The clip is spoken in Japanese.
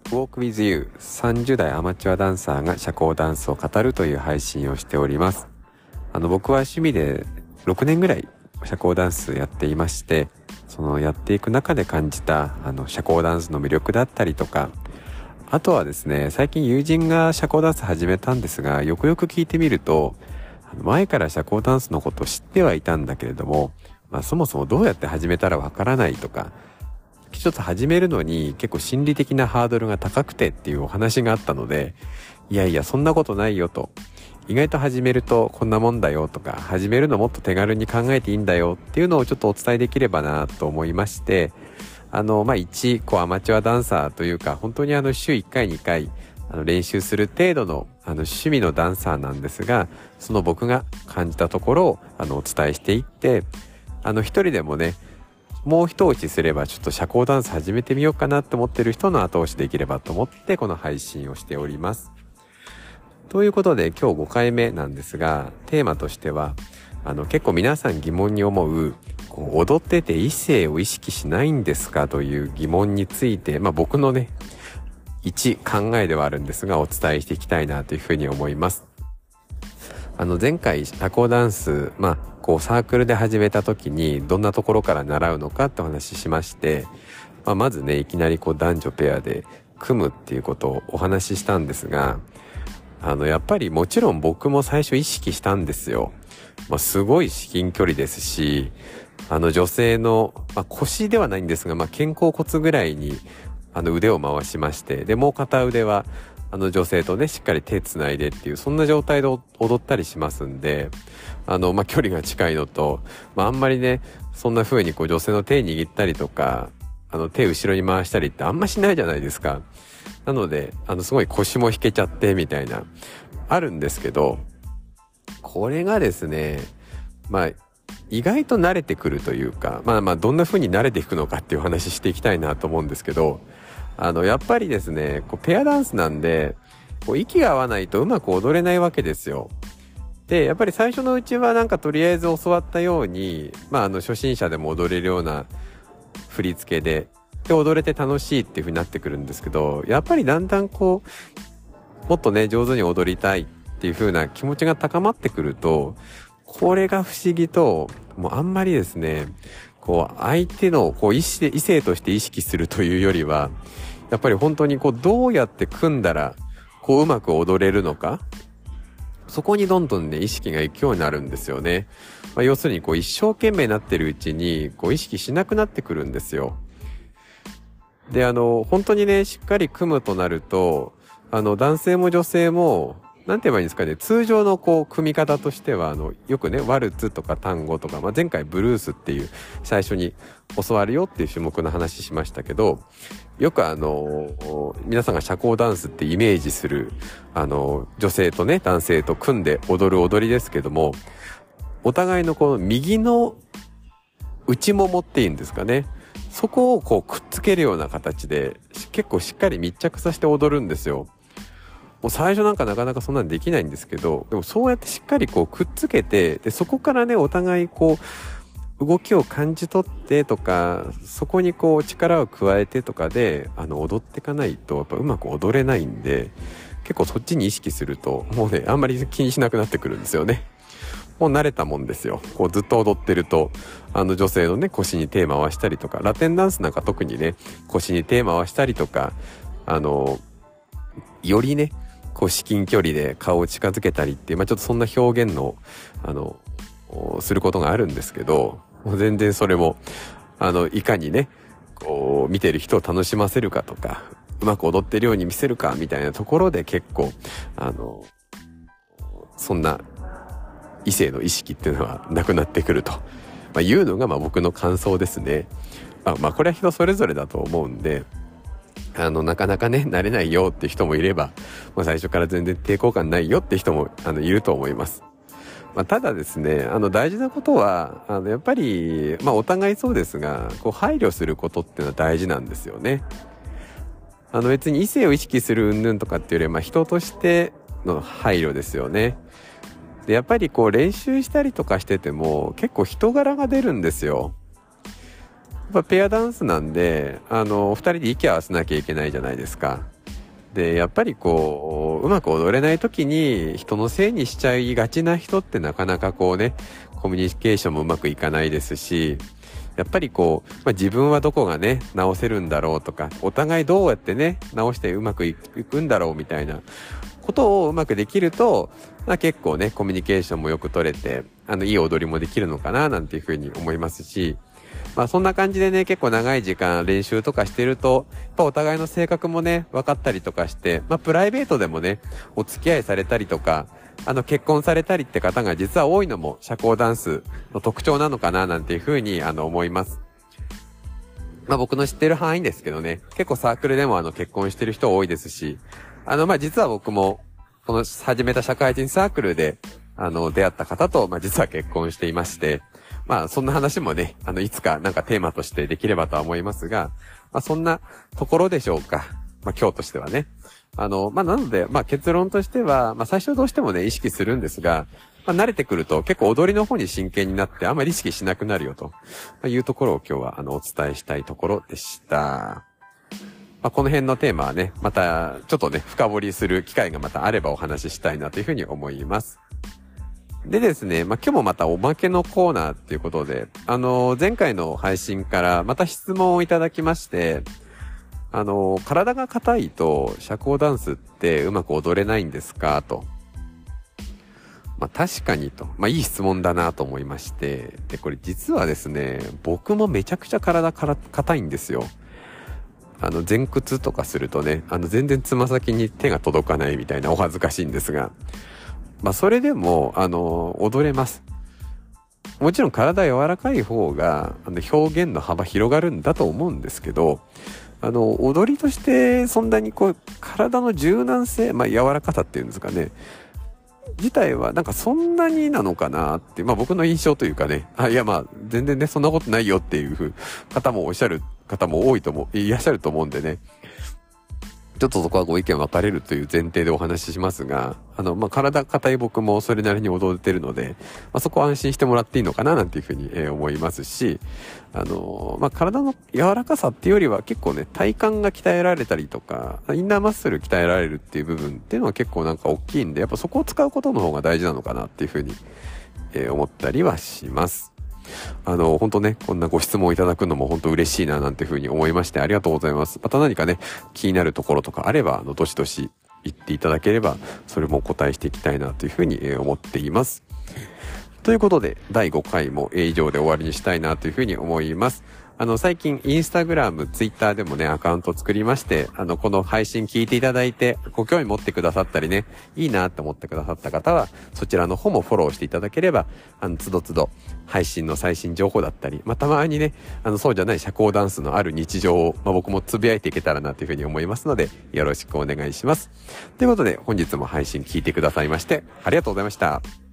Walk with You 30代アマチュアダンサーが社交ダンスを語るという配信をしております。僕は趣味で6年ぐらい社交ダンスやっていまして、そのやっていく中で感じた社交ダンスの魅力だったりとか、あとはですね、最近友人が社交ダンス始めたんですが、よくよく聞いてみると、前から社交ダンスのことを知ってはいたんだけれども、そもそもどうやって始めたらわからないとか、一つ始めるのに結構心理的なハードルが高くてっていうお話があったので、いやいやそんなことないよと、意外と始めるとこんなもんだよとか、始めるのもっと手軽に考えていいんだよっていうのをちょっとお伝えできればなと思いまして、一アマチュアダンサーというか、本当に週1回2回練習する程度の趣味のダンサーなんですが、その僕が感じたところをお伝えしていって、一人でもね、もう一押しすればちょっと社交ダンス始めてみようかなと思ってる人の後押しできればと思ってこの配信をしております。ということで今日5回目なんですが、テーマとしては結構皆さん疑問に思う、踊ってて異性を意識しないんですかという疑問について、僕のね一考えではあるんですがお伝えしていきたいなというふうに思います。前回社交ダンスサークルで始めた時にどんなところから習うのかってお話ししまして、まずねいきなり男女ペアで組むっていうことをお話ししたんですが、やっぱりもちろん僕も最初意識したんですよ。すごい至近距離ですし、女性の、腰ではないんですが、肩甲骨ぐらいに腕を回しまして、でもう片腕は女性とねしっかり手つないでっていう、そんな状態で踊ったりしますんで、距離が近いのと、あんまりねそんな風に女性の手握ったりとか手後ろに回したりってあんましないじゃないですか。なのですごい腰も引けちゃってみたいなあるんですけど、これがですね意外と慣れてくるというか、どんな風に慣れていくのかっていう話していきたいなと思うんですけど、やっぱりですねペアダンスなんで息が合わないとうまく踊れないわけですよ。でやっぱり最初のうちはとりあえず教わったように、初心者でも踊れるような振り付けで踊れて楽しいっていう風になってくるんですけど、やっぱりだんだんもっとね上手に踊りたいっていう風な気持ちが高まってくると、これが不思議ともうあんまりですね相手の異性として意識するというよりは、やっぱり本当にどうやって組んだらうまく踊れるのか、そこにどんどんね意識がいくようになるんですよね。要するに一生懸命になってるうちに意識しなくなってくるんですよ。で本当にねしっかり組むとなると男性も女性もなんて言えばいいんですかね、通常の組み方としてはよくねワルツとかタンゴとか、前回ブルースっていう最初に教わるよっていう種目の話しましたけど、よく皆さんが社交ダンスってイメージする女性とね男性と組んで踊る踊りですけども、お互いの右の内ももっていうんですかね、そこをくっつけるような形で結構しっかり密着させて踊るんですよ。もう最初なかなかそんなのできないんですけど、でもそうやってしっかりくっつけて、でそこからねお互い動きを感じ取ってとか、そこに力を加えてとかで踊っていかないとやっぱうまく踊れないんで、結構そっちに意識するともうねあんまり気にしなくなってくるんですよね。もう慣れたもんですよ。ずっと踊ってると女性のね腰に手回したりとか、ラテンダンスなんか特にね腰に手回したりとか、よりね至近距離で顔を近づけたりっていう、ちょっとそんな表現のすることがあるんですけど、もう全然それもいかにね見てる人を楽しませるかとか、うまく踊ってるように見せるかみたいなところで結構そんな異性の意識っていうのはなくなってくると、いうのが僕の感想ですね。これは人それぞれだと思うんで、なかなかね慣れないよって人もいれば、最初から全然抵抗感ないよって人もいると思います。ただですね大事なことはやっぱりお互いそうですが配慮することっていうのは大事なんですよね。別に異性を意識する云々とかっていうよりは、人としての配慮ですよね。でやっぱり練習したりとかしてても結構人柄が出るんですよ。やっぱペアダンスなんで二人で息合わせなきゃいけないじゃないですか。 で、やっぱりこう、うまく踊れない時に人のせいにしちゃいがちな人ってなかなかこうね、コミュニケーションもうまくいかないですし、やっぱりこう、自分はどこがね、直せるんだろうとか、お互いどうやってね、直してうまくいくんだろうみたいなことをうまくできると、結構ね、コミュニケーションもよく取れて、いい踊りもできるのかな、なんていうふうに思いますし、そんな感じでね、結構長い時間練習とかしてると、やっぱお互いの性格もね、分かったりとかして、プライベートでもね、お付き合いされたりとか、結婚されたりって方が実は多いのも社交ダンスの特徴なのかな、なんていうふうに、思います。僕の知ってる範囲ですけどね、結構サークルでも結婚してる人多いですし、実は僕も、この始めた社会人サークルで、出会った方と、実は結婚していまして、そんな話もね、いつかなんかテーマとしてできればとは思いますが、そんなところでしょうか。今日としてはね。なので、結論としては、最初どうしてもね、意識するんですが、慣れてくると結構踊りの方に真剣になってあんまり意識しなくなるよというところを今日はお伝えしたいところでした。この辺のテーマはね、またちょっとね、深掘りする機会がまたあればお話ししたいなというふうに思います。でですね、今日もまたおまけのコーナーっていうことで、前回の配信からまた質問をいただきまして、体が硬いと社交ダンスってうまく踊れないんですかと。確かにと。いい質問だなと思いまして。で、これ実はですね、僕もめちゃくちゃ体硬いんですよ。前屈とかするとね、全然つま先に手が届かないみたいなお恥ずかしいんですが、それでも、踊れます。もちろん体柔らかい方が、表現の幅広がるんだと思うんですけど、踊りとしてそんなにこう、体の柔軟性、柔らかさっていうんですかね、自体はなんかそんなになのかなって、僕の印象というかね、全然ね、そんなことないよっていう方もおっしゃる方もいらっしゃると思うんでね、ちょっとそこはご意見分かれるという前提でお話ししますが、体硬い僕もそれなりに踊ってるので、そこは安心してもらっていいのかななんていうふうに、思いますし、体の柔らかさっていうよりは結構ね、体幹が鍛えられたりとか、インナーマッスル鍛えられるっていう部分っていうのは結構なんか大きいんで、やっぱそこを使うことの方が大事なのかなっていうふうに、思ったりはします。本当ね、こんなご質問いただくのも本当嬉しいななんていうふうに思いましてありがとうございます。また何かね、気になるところとかあれば、どしどし言っていただければ、それもお答えしていきたいなというふうに思っています。ということで、第5回も以上で終わりにしたいなというふうに思います。最近、インスタグラム、ツイッターでもね、アカウント作りまして、この配信聞いていただいて、ご興味持ってくださったりね、いいなって思ってくださった方は、そちらの方もフォローしていただければ、つどつど、配信の最新情報だったり、たまにね、そうじゃない社交ダンスのある日常を、僕もつぶやいていけたらなというふうに思いますので、よろしくお願いします。ということで、本日も配信聞いてくださいまして、ありがとうございました。